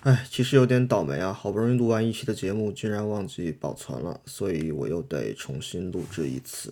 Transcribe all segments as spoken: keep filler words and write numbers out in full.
哎，其实有点倒霉啊，好不容易录完一期的节目，竟然忘记保存了，所以我又得重新录制一次。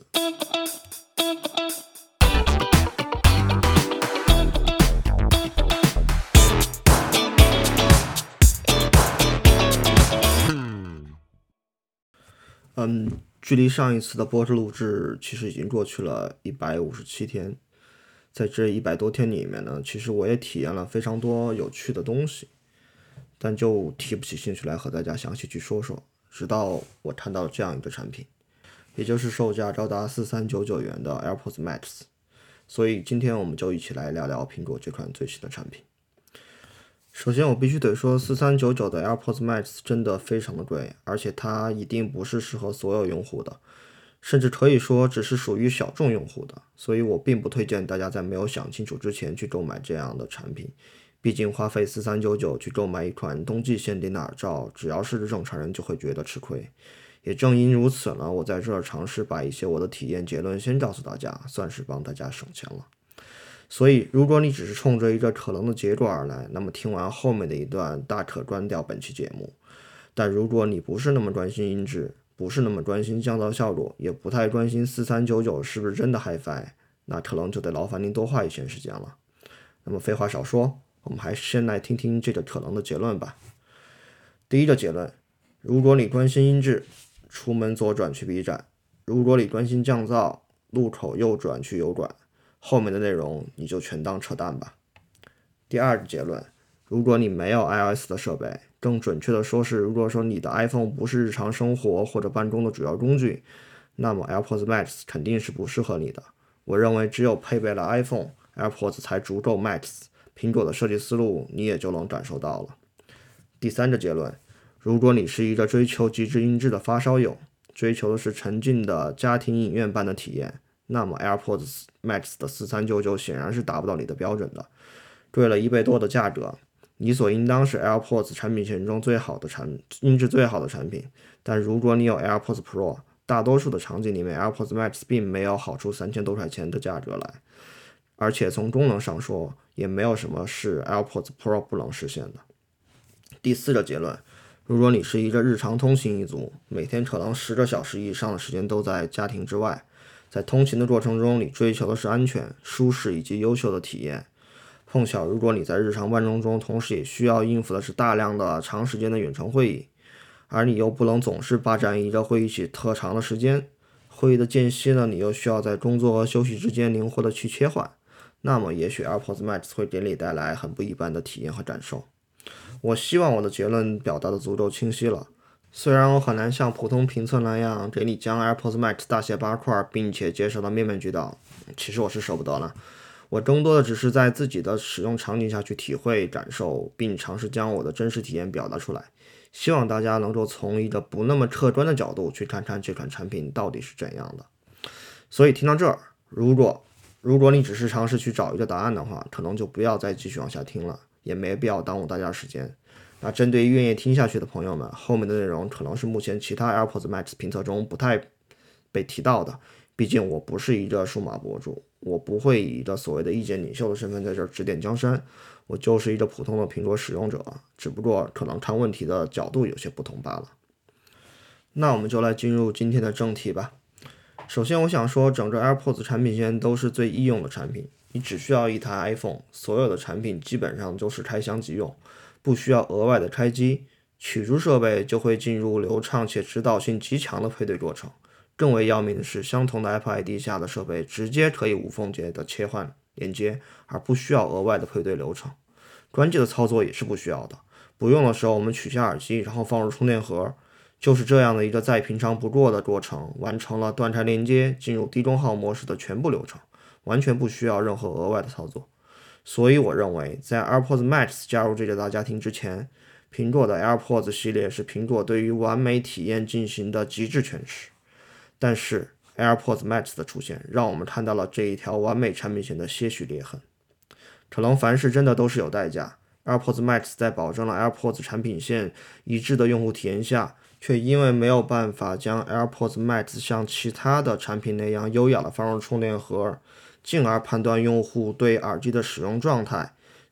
嗯，距离上一次的播出录制其实已经过去了一百五十七天，在这一百多天里面呢，其实我也体验了非常多有趣的东西，但就提不起兴趣来和大家详细去说说，直到我看到这样一个产品，也就是售价高达四三九九元的 AirPods Max。所以今天我们就一起来聊聊苹果这款最新的产品。首先我必须得说，四三九九的 AirPods Max 真的非常的贵，而且它一定不是适合所有用户的，甚至可以说只是属于小众用户的，所以我并不推荐大家在没有想清楚之前去购买这样的产品。毕竟花费四三九九去购买一款冬季限定的耳罩，只要是正常人就会觉得吃亏。也正因如此呢，我在这儿尝试把一些我的体验结论先告诉大家，算是帮大家省钱了。所以，如果你只是冲着一个可能的结果而来，那么听完后面的一段大可关掉本期节目。但如果你不是那么关心音质，不是那么关心降噪效果，也不太关心四三九九是不是真的 Hi-Fi， 那可能就得劳烦您多花一些时间了。那么废话少说，我们还是先来听听这个可能的结论吧。第一个结论，如果你关心音质，出门左转去 B 站；如果你关心降噪，路口右转去油管。后面的内容你就全当扯淡吧。第二个结论，如果你没有 iOS 的设备，更准确的说是，如果说你的 iPhone 不是日常生活或者办公的主要工具，那么 AirPods Max 肯定是不适合你的。我认为只有配备了 iPhone，AirPods 才足够 Max。苹果的设计思路你也就能感受到了。第三个结论，如果你是一个追求极致音质的发烧友，追求的是沉浸的家庭影院般的体验，那么 AirPods Max 的四三九九显然是达不到你的标准的。贵了一倍多的价格，你所应当是 AirPods 产品线中最好的产音质最好的产品。但如果你有 AirPods Pro， 大多数的场景里面 AirPods Max 并没有好出三千多块钱的价格来，而且从功能上说，也没有什么是 AirPods Pro 不能实现的。第四个结论，如果你是一个日常通勤一族，每天可能十个小时以上的时间都在家庭之外，在通勤的过程中，你追求的是安全、舒适以及优秀的体验。碰巧，如果你在日常办公中，同时也需要应付的是大量的长时间的远程会议，而你又不能总是霸占一个会议起特长的时间，会议的间隙呢，你又需要在工作和休息之间灵活的去切换，那么也许 AirPods Max 会给你带来很不一般的体验和感受。我希望我的结论表达的足够清晰了。虽然我很难像普通评测那样给你将 AirPods Max 大卸八块，并且介绍的面面俱到，其实我是舍不得了。我更多的只是在自己的使用场景下去体会、感受，并尝试将我的真实体验表达出来。希望大家能够从一个不那么客观的角度去看看这款产品到底是怎样的。所以听到这儿，如果如果你只是尝试去找一个答案的话，可能就不要再继续往下听了，也没必要耽误大家时间。那针对于愿意听下去的朋友们，后面的内容可能是目前其他 AirPods Max 评测中不太被提到的，毕竟我不是一个数码博主，我不会以一个所谓的意见领袖的身份在这儿指点江山，我就是一个普通的苹果使用者，只不过可能看问题的角度有些不同罢了。那我们就来进入今天的正题吧。首先我想说，整个 AirPods 产品线都是最易用的产品，你只需要一台 iPhone， 所有的产品基本上就是开箱即用，不需要额外的开机，取出设备就会进入流畅且指导性极强的配对过程。更为要命的是，相同的 Apple I D 下的设备直接可以无缝接的切换连接，而不需要额外的配对流程。关机的操作也是不需要的，不用的时候我们取下耳机，然后放入充电盒，就是这样的一个再平常不过的过程，完成了断开连接进入低功耗模式的全部流程，完全不需要任何额外的操作。所以我认为，在 AirPods Max 加入这个大家庭之前，苹果的 AirPods 系列是苹果对于完美体验进行的极致诠释。但是 AirPods Max 的出现，让我们看到了这一条完美产品线的些许裂痕。可能凡事真的都是有代价， AirPods Max 在保证了 AirPods 产品线一致的用户体验下，却因为没有办法将 AirPods Max 像其他的产品那样优雅的放入充电盒，进而判断用户对耳机的使用状态，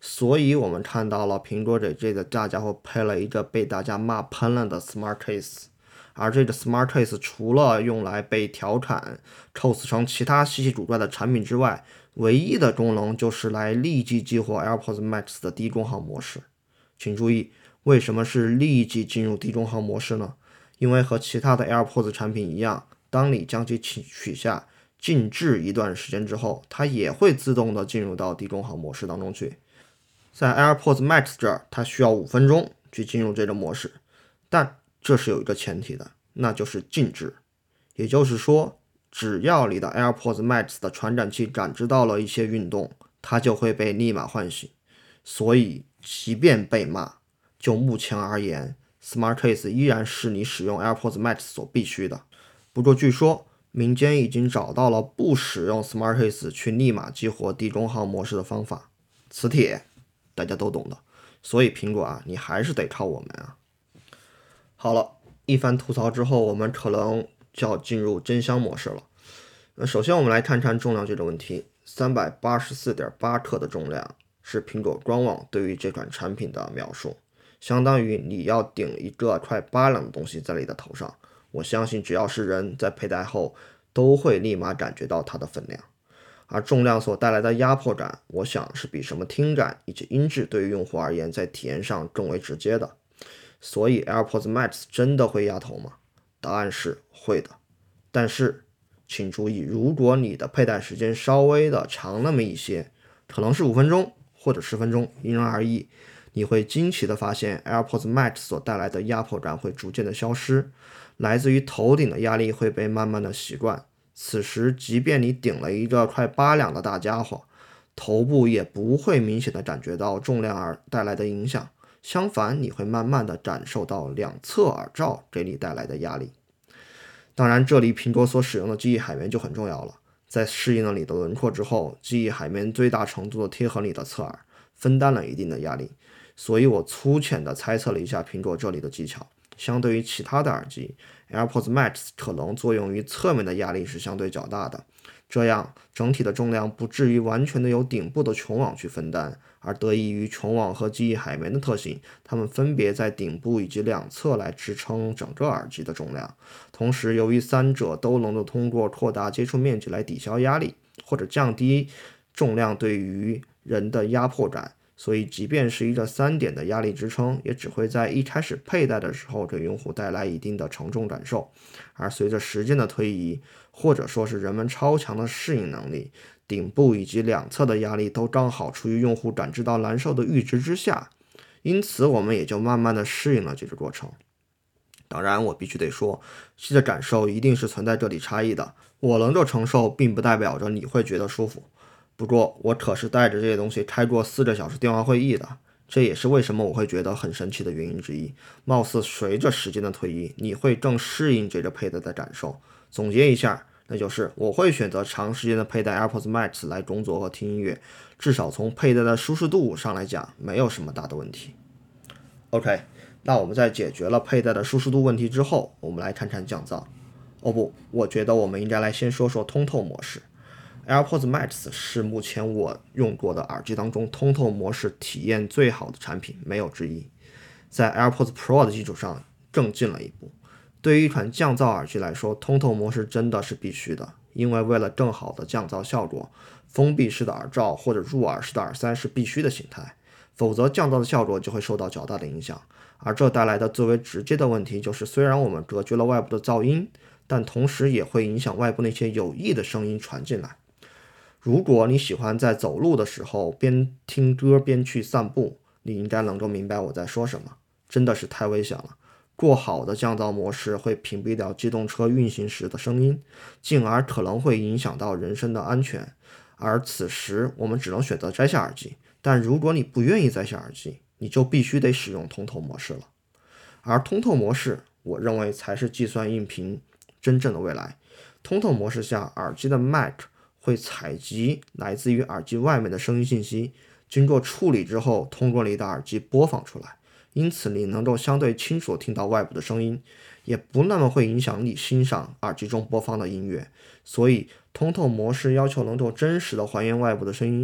所以我们看到了苹果给这个大家伙配了一个被大家骂喷了的 Smart Case， 而这个 Smart Case 除了用来被调侃 cos 成其他稀奇古怪的产品之外，唯一的功能就是来立即激活 AirPods Max 的低功耗模式。请注意，为什么是立即进入低功耗模式呢？因为和其他的 AirPods 产品一样，当你将其取下静置一段时间之后，它也会自动的进入到低功耗模式当中去。在 AirPods Max 这儿，它需要五分钟去进入这个模式，但这是有一个前提的，那就是静置。也就是说，只要你的 AirPods Max 的传感器感知到了一些运动，它就会被立马唤醒。所以即便被骂，就目前而言 Smart Case 依然是你使用 AirPods Max 所必须的。不过据说民间已经找到了不使用 Smart Case 去立马激活低功耗模式的方法，磁铁大家都懂的。所以苹果啊，你还是得靠我们啊。好了，一番吐槽之后，我们可能就要进入真香模式了。那首先我们来看看重量这个问题， 三百八十四点八克的重量是苹果官网对于这款产品的描述，相当于你要顶一个快八两的东西在你的头上。我相信只要是人在佩戴后都会立马感觉到它的分量，而重量所带来的压迫感，我想是比什么听感以及音质对于用户而言在体验上更为直接的。所以 AirPods Max 真的会压头吗？答案是会的，但是请注意，如果你的佩戴时间稍微的长那么一些，可能是五分钟或者十分钟，因人而异，你会惊奇的发现 AirPods Max 所带来的压迫感会逐渐的消失，来自于头顶的压力会被慢慢的习惯。此时即便你顶了一个快八两的大家伙，头部也不会明显的感觉到重量而带来的影响，相反你会慢慢的感受到两侧耳罩给你带来的压力。当然这里苹果所使用的记忆海绵就很重要了，在适应了你的轮廓之后，记忆海绵最大程度的贴合你的侧耳，分担了一定的压力。所以我粗浅的猜测了一下苹果这里的技巧，相对于其他的耳机， AirPods Max 可能作用于侧面的压力是相对较大的，这样整体的重量不至于完全的由顶部的琼网去分担，而得益于琼网和记忆海绵的特性，它们分别在顶部以及两侧来支撑整个耳机的重量。同时由于三者都能够通过扩大接触面积来抵消压力或者降低重量对于人的压迫感，所以即便是一个三点的压力支撑，也只会在一开始佩戴的时候给用户带来一定的承重感受，而随着时间的推移，或者说是人们超强的适应能力，顶部以及两侧的压力都刚好处于用户感知到难受的阈值之下，因此我们也就慢慢的适应了这个过程。当然我必须得说，这个感受一定是存在这里差异的，我能够承受并不代表着你会觉得舒服。不过我可是带着这些东西开过四个小时电话会议的，这也是为什么我会觉得很神奇的原因之一。貌似随着时间的推移，你会更适应这个佩戴的感受。总结一下，那就是我会选择长时间的佩戴 AirPods Max 来工作和听音乐，至少从佩戴的舒适度上来讲，没有什么大的问题。OK， 那我们在解决了佩戴的舒适度问题之后，我们来看看降噪。哦不，我觉得我们应该来先说说通透模式。AirPods Max 是目前我用过的耳机当中通透模式体验最好的产品，没有之一。在 AirPods Pro 的基础上更进了一步。对于一款降噪耳机来说，通透模式真的是必须的，因为为了更好的降噪效果，封闭式的耳罩或者入耳式的耳塞是必须的形态，否则降噪的效果就会受到较大的影响。而这带来的最为直接的问题就是，虽然我们隔绝了外部的噪音，但同时也会影响外部那些有益的声音传进来。如果你喜欢在走路的时候边听歌边去散步，你应该能够明白我在说什么，真的是太危险了。过好的降噪模式会屏蔽掉机动车运行时的声音，进而可能会影响到人身的安全，而此时我们只能选择摘下耳机。但如果你不愿意摘下耳机，你就必须得使用通透模式了。而通透模式，我认为才是计算音频真正的未来。通透模式下，耳机的 Mac 会采集来自于耳机外面的声音信息，经过处理之后通过你的耳机播放出来，因此你能够相对清楚听到外部的声音，也不那么会影响你欣赏耳机中播放的音乐。所以通透模式要求能够真实的还原外部的声音，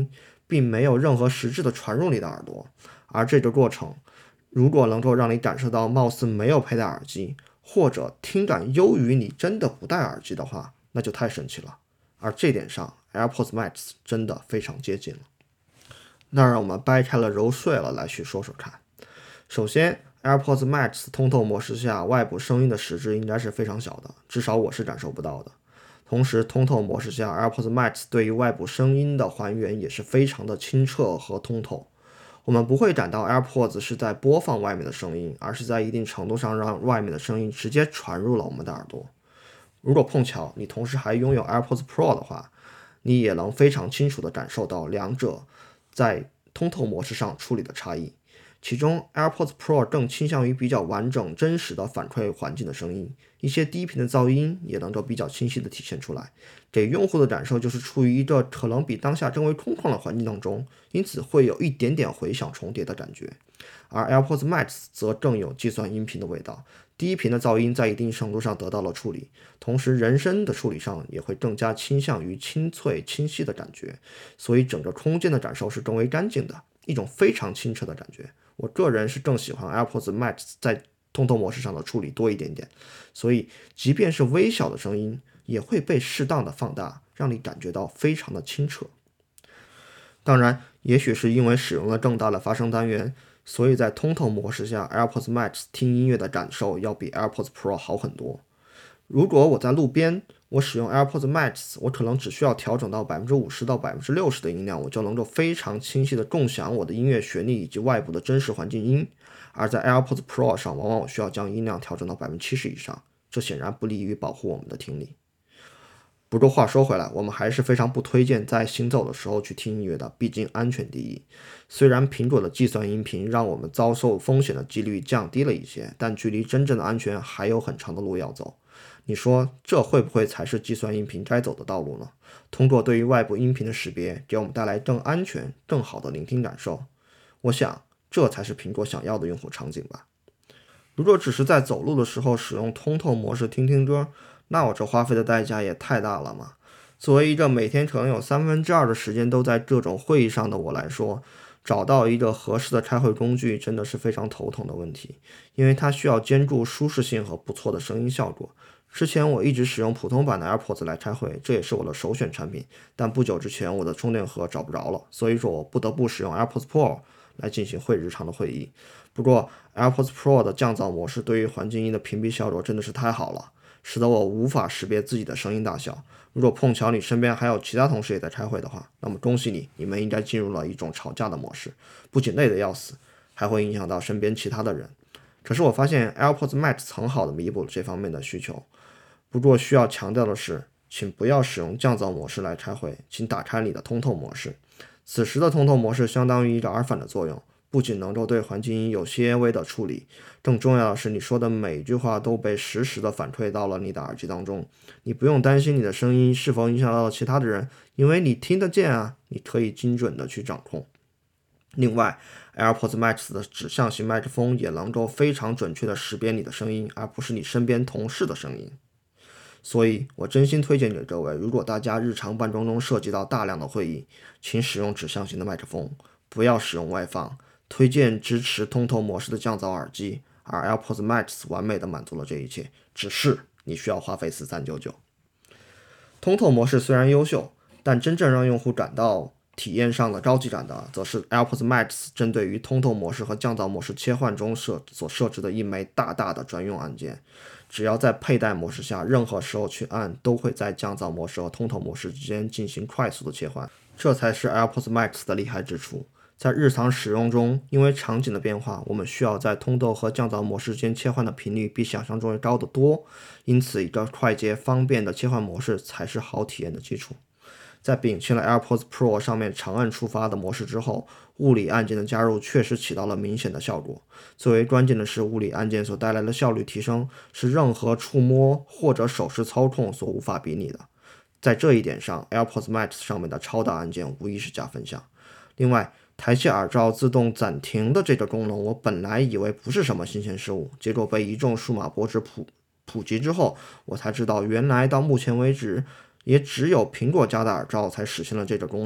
并没有任何实质的传入你的耳朵。而这个过程如果能够让你感受到貌似没有佩戴耳机，或者听感优于你真的不戴耳机的话，那就太神奇了。而这点上 AirPods Max 真的非常接近了。那让我们掰开了揉碎了来去说说看。首先 AirPods Max 通透模式下外部声音的实质应该是非常小的，至少我是感受不到的。同时通透模式下 AirPods Max 对于外部声音的还原也是非常的清澈和通透。我们不会感到 AirPods 是在播放外面的声音，而是在一定程度上让外面的声音直接传入了我们的耳朵。如果碰巧你同时还拥有 AirPods Pro 的话，你也能非常清楚地感受到两者在通透模式上处理的差异。其中 AirPods Pro 更倾向于比较完整真实的反馈环境的声音，一些低频的噪音也能够比较清晰地体现出来，给用户的感受就是处于一个可能比当下更为空旷的环境当中，因此会有一点点回响重叠的感觉。而 AirPods Max 则更有计算音频的味道，低频的噪音在一定程度上得到了处理，同时人声的处理上也会更加倾向于清脆清晰的感觉，所以整个空间的感受是更为干净的，一种非常清澈的感觉。我个人是更喜欢 AirPods Max 在通透模式上的处理多一点点，所以即便是微小的声音也会被适当的放大，让你感觉到非常的清澈。当然也许是因为使用了更大的发声单元，所以在通透模式下 AirPods Max 听音乐的感受要比 AirPods Pro 好很多。如果我在路边我使用 AirPods Max， 我可能只需要调整到 百分之五十 到 百分之六十 的音量，我就能够非常清晰地共享我的音乐旋律以及外部的真实环境音。而在 AirPods Pro 上，往往我需要将音量调整到 百分之七十 以上，这显然不利于保护我们的听力。不过话说回来，我们还是非常不推荐在行走的时候去听音乐的，毕竟安全第一。虽然苹果的计算音频让我们遭受风险的几率降低了一些，但距离真正的安全还有很长的路要走。你说这会不会才是计算音频该走的道路呢？通过对于外部音频的识别，给我们带来更安全、更好的聆听感受。我想这才是苹果想要的用户场景吧。如果只是在走路的时候使用通透模式听听歌，那我这花费的代价也太大了嘛。作为一个每天可能有三分之二的时间都在各种会议上的我来说，找到一个合适的开会工具真的是非常头疼的问题，因为它需要兼顾舒适性和不错的声音效果。之前我一直使用普通版的 AirPods 来开会，这也是我的首选产品，但不久之前我的充电盒找不着了，所以说我不得不使用 AirPods Pro 来进行会日常的会议。不过 AirPods Pro 的降噪模式对于环境音的屏蔽效果真的是太好了，使得我无法识别自己的声音大小。如果碰巧你身边还有其他同事也在开会的话，那么恭喜你，你们应该进入了一种吵架的模式，不仅累得要死，还会影响到身边其他的人。可是我发现 AirPods Max 很好的弥补了这方面的需求。不过需要强调的是，请不要使用降噪模式来开会，请打开你的通透模式。此时的通透模式相当于一个耳返的作用，不仅能够对环境音有些微的处理，更重要的是你说的每一句话都被实时的反馈到了你的耳机当中，你不用担心你的声音是否影响到了其他的人，因为你听得见啊，你可以精准的去掌控。另外 AirPods Max 的指向型麦克风也能够非常准确的识别你的声音，而不是你身边同事的声音。所以我真心推荐给各位，如果大家日常办公中涉及到大量的会议，请使用指向型的麦克风，不要使用外放，推荐支持通透模式的降噪耳机，而 AirPods Max 完美的满足了这一切，只是你需要花费四三九九。通透模式虽然优秀，但真正让用户感到体验上的高级感的，则是 AirPods Max 针对于通透模式和降噪模式切换中设所设置的一枚大大的专用按键。只要在佩戴模式下，任何时候去按，都会在降噪模式和通透模式之间进行快速的切换，这才是 AirPods Max 的厉害之处。在日常使用中，因为场景的变化，我们需要在通透和降噪模式之间切换的频率比想象中要高得多，因此一个快捷方便的切换模式才是好体验的基础。在摒弃了 AirPods Pro 上面长按触发的模式之后，物理按键的加入确实起到了明显的效果。最为关键的是，物理按键所带来的效率提升是任何触摸或者手势操控所无法比拟的。在这一点上 AirPods Max 上面的超大按键无疑是加分项。另外，台式耳罩自动暂停的这个功能，我本来以为不是什么新鲜事物，结果被一众数码博主普普及之后，我才知道原来到目前为止也只有苹果家的耳罩才实现了这个功能，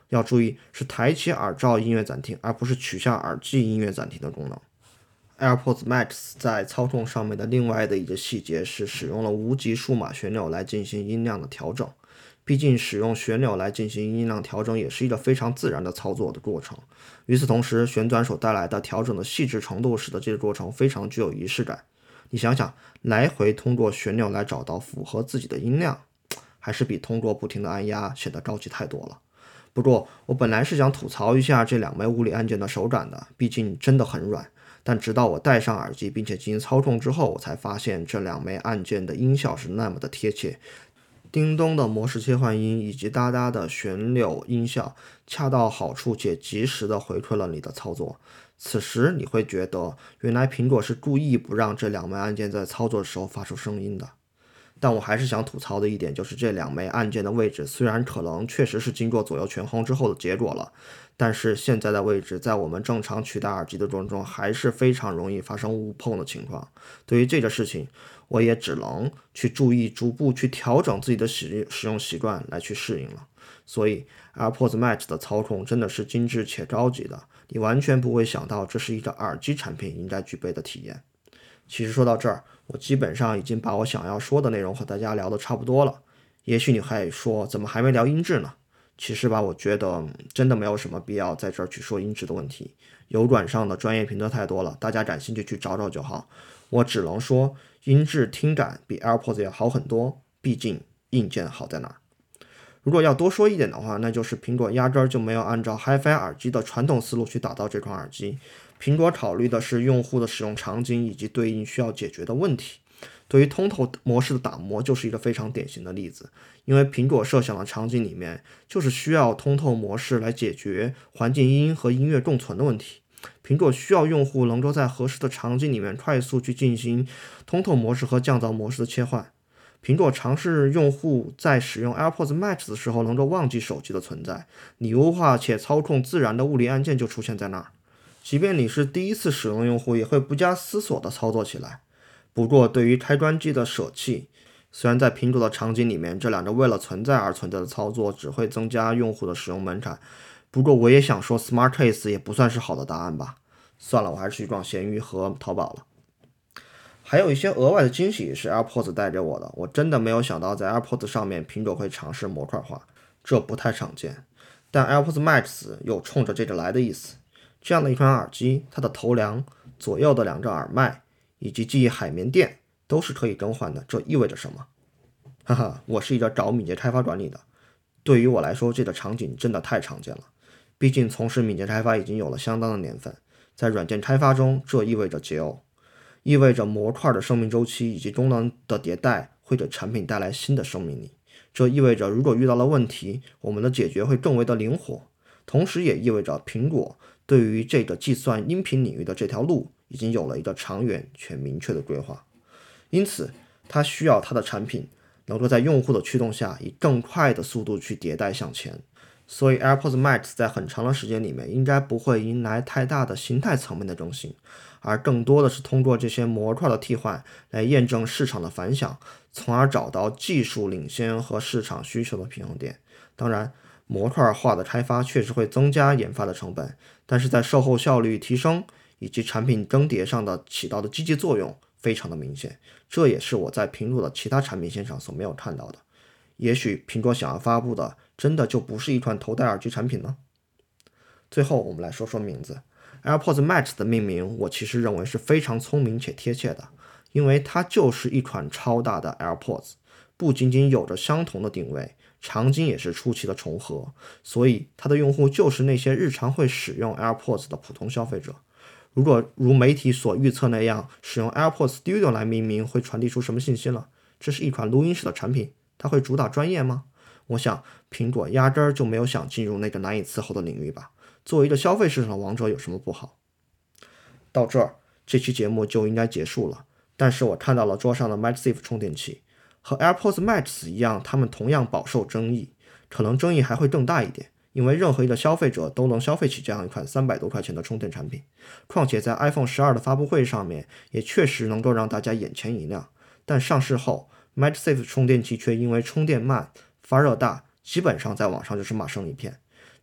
要注意是抬起耳罩音乐暂停，而不是取下耳机音乐暂停的功能。AirPods Max 在操控上面的另外的一个细节是使用了无极数码旋钮来进行音量的调整。毕竟使用旋钮来进行音量调整也是一个非常自然的操作的过程。与此同时，旋转所带来的调整的细致程度使得这个过程非常具有仪式感。你想想，来回通过旋钮来找到符合自己的音量，还是比通过不停的按压显得高级太多了。不过我本来是想吐槽一下这两枚物理按键的手感的，毕竟真的很软。但直到我戴上耳机并且进行操控之后，我才发现这两枚按键的音效是那么的贴切。叮咚的模式切换音以及哒哒的旋钮音效恰到好处且及时的回馈了你的操作。此时你会觉得原来苹果是故意不让这两枚按键在操作的时候发出声音的。但我还是想吐槽的一点就是这两枚按键的位置虽然可能确实是经过左右权衡之后的结果了，但是现在的位置在我们正常取代耳机的过程中还是非常容易发生误碰的情况。对于这个事情，我也只能去注意逐步去调整自己的使使用习惯来去适应了。所以 AirPods Max 的操控真的是精致且高级的，你完全不会想到这是一个耳机产品应该具备的体验。其实说到这儿，我基本上已经把我想要说的内容和大家聊得差不多了。也许你还说怎么还没聊音质呢？其实吧，我觉得真的没有什么必要在这儿去说音质的问题，油管上的专业评测太多了，大家感兴趣去找找就好。我只能说音质听感比 AirPods 要好很多，毕竟硬件好在哪儿。如果要多说一点的话，那就是苹果压根儿就没有按照 Hi-Fi 耳机的传统思路去打造这款耳机。苹果考虑的是用户的使用场景以及对应需要解决的问题。对于通透模式的打磨就是一个非常典型的例子，因为苹果设想的场景里面就是需要通透模式来解决环境音和音乐共存的问题。苹果需要用户能够在合适的场景里面快速去进行通透模式和降噪模式的切换。苹果尝试用户在使用 AirPods Max 的时候能够忘记手机的存在，拟物化且操控自然的物理按键就出现在那儿。即便你是第一次使用用户，也会不加思索地操作起来。不过对于开关机的舍弃，虽然在苹果的场景里面，这两个为了存在而存在的操作只会增加用户的使用门槛，不过我也想说 Smart Case 也不算是好的答案吧。算了，我还是去逛闲鱼和淘宝了。还有一些额外的惊喜是 AirPods 带给我的，我真的没有想到在 AirPods 上面苹果会尝试模块化，这不太常见。但 AirPods Max 有冲着这个来的意思。这样的一款耳机，它的头梁、左右的两个耳麦以及记忆海绵垫都是可以更换的，这意味着什么？哈哈，我是一个搞敏捷开发管理的，对于我来说这个场景真的太常见了。毕竟从事敏捷开发已经有了相当的年份，在软件开发中这意味着解耦，意味着模块的生命周期以及功能的迭代会给产品带来新的生命力。这意味着如果遇到了问题，我们的解决会更为的灵活，同时也意味着苹果对于这个计算音频领域的这条路已经有了一个长远且明确的规划，因此它需要它的产品能够在用户的驱动下以更快的速度去迭代向前。所以 AirPods Max 在很长的时间里面应该不会迎来太大的形态层面的更新，而更多的是通过这些模块的替换来验证市场的反响，从而找到技术领先和市场需求的平衡点。当然模块化的开发确实会增加研发的成本，但是在售后效率提升以及产品更迭上的起到的积极作用非常的明显，这也是我在苹果的其他产品线上所没有看到的。也许苹果想要发布的真的就不是一款头戴耳机产品呢？最后我们来说说名字。 AirPods Max 的命名我其实认为是非常聪明且贴切的，因为它就是一款超大的 AirPods， 不仅仅有着相同的定位，场景也是出奇的重合，所以它的用户就是那些日常会使用 AirPods 的普通消费者。如果如媒体所预测那样，使用 AirPods Studio 来命名会传递出什么信息了？这是一款录音室的产品，它会主打专业吗？我想苹果压根儿就没有想进入那个难以伺候的领域吧。作为一个消费市场的王者有什么不好？到这儿这期节目就应该结束了，但是我看到了桌上的 MagSafe 充电器，和 AirPods Max 一样，它们同样饱受争议，可能争议还会更大一点，因为任何一个消费者都能消费起这样一款三百多块钱的充电产品。况且在 iPhone 十二的发布会上面也确实能够让大家眼前一亮，但上市后 MagSafe 充电器却因为充电慢、发热大，基本上在网上就是骂声一片。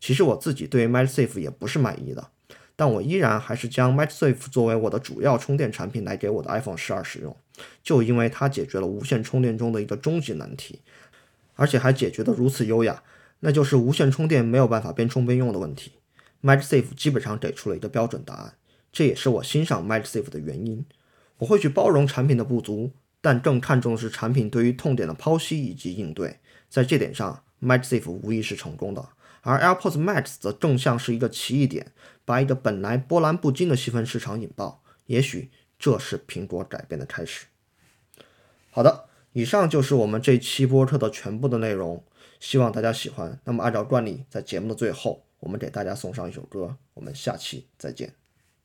其实我自己对 MagSafe 也不是满意的，但我依然还是将 MagSafe 作为我的主要充电产品来给我的 iPhone 十二使用，就因为它解决了无线充电中的一个终极难题，而且还解决得如此优雅，那就是无线充电没有办法边充边用的问题。MagSafe 基本上给出了一个标准答案，这也是我欣赏 MagSafe 的原因。我会去包容产品的不足，但更看重的是产品对于痛点的剖析以及应对，在这点上 MagSafe 无疑是成功的。而 AirPods Max 则更像是一个奇异点，把一个本来波澜不惊的细分市场引爆，也许这是苹果改变的开始。好的，以上就是我们这期播客的全部的内容，希望大家喜欢。那么按照惯例，在节目的最后，我们给大家送上一首歌，我们下期再见。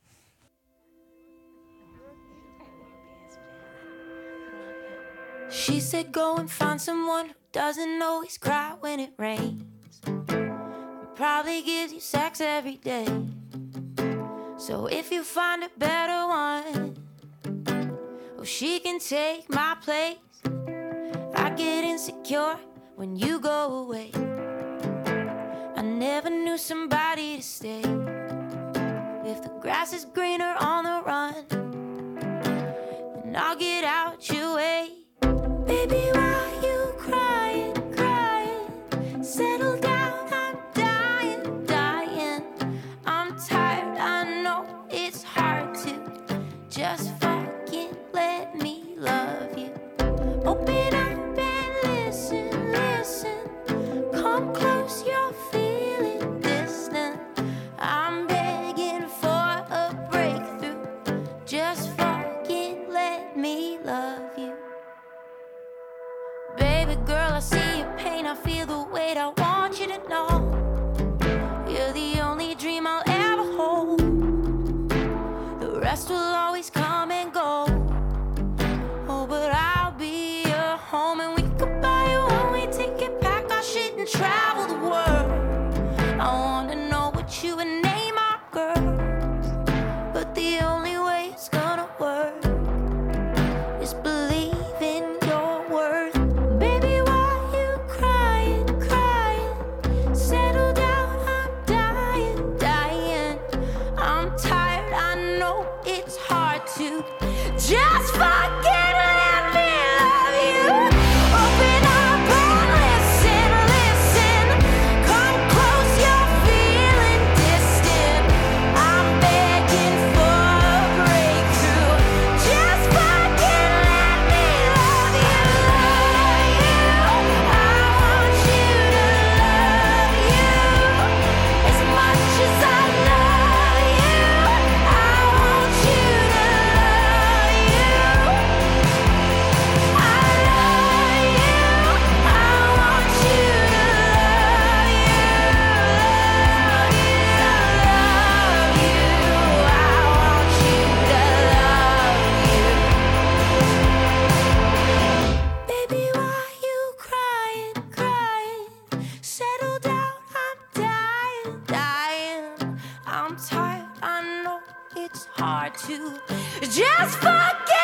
She said go and find someone who doesn't always cry when it rains, probably gives you sex every day. So if you find a better one, oh, she can take my place. I get insecure when you go away. I never knew somebody to stay. If the grass is greener on the run, then I'll get out your way. Baby, why are you crying, crying? Settle down, I'm dying, dying. I'm tired, I know it's hard to just fucking let me love you. Open up and listen, listen. Come close, you're feeling distant. I'm begging for a breakthrough. Just fucking let me love you. Baby girl, I see your pain, I feel the weight. I want you to know you're the only dream I'll ever hold. The rest will always come and go. Oh, but I'll be your home, and we could buy a one-way ticket, pack our shit and travel the world. I wanna know what you would name our girls, but the only way it's gonna work is believe in your worth. Baby, why you crying, crying? Settle down, I'm dying, dying. I'm tired, I know it's hard to just forget. Let me love you. Open up and listen, listen. Come close, you're feeling distant. I'm begging for a breakthrough. Just fucking let me love you, love you. I want you to love you as much as I love you. I want you to love you. I love you. I want you to love you, love you, love you. I want you to love you. Baby, why you crying, crying? Settle down, I'm dying, dying. I'm tired, I know it's hard to just forget.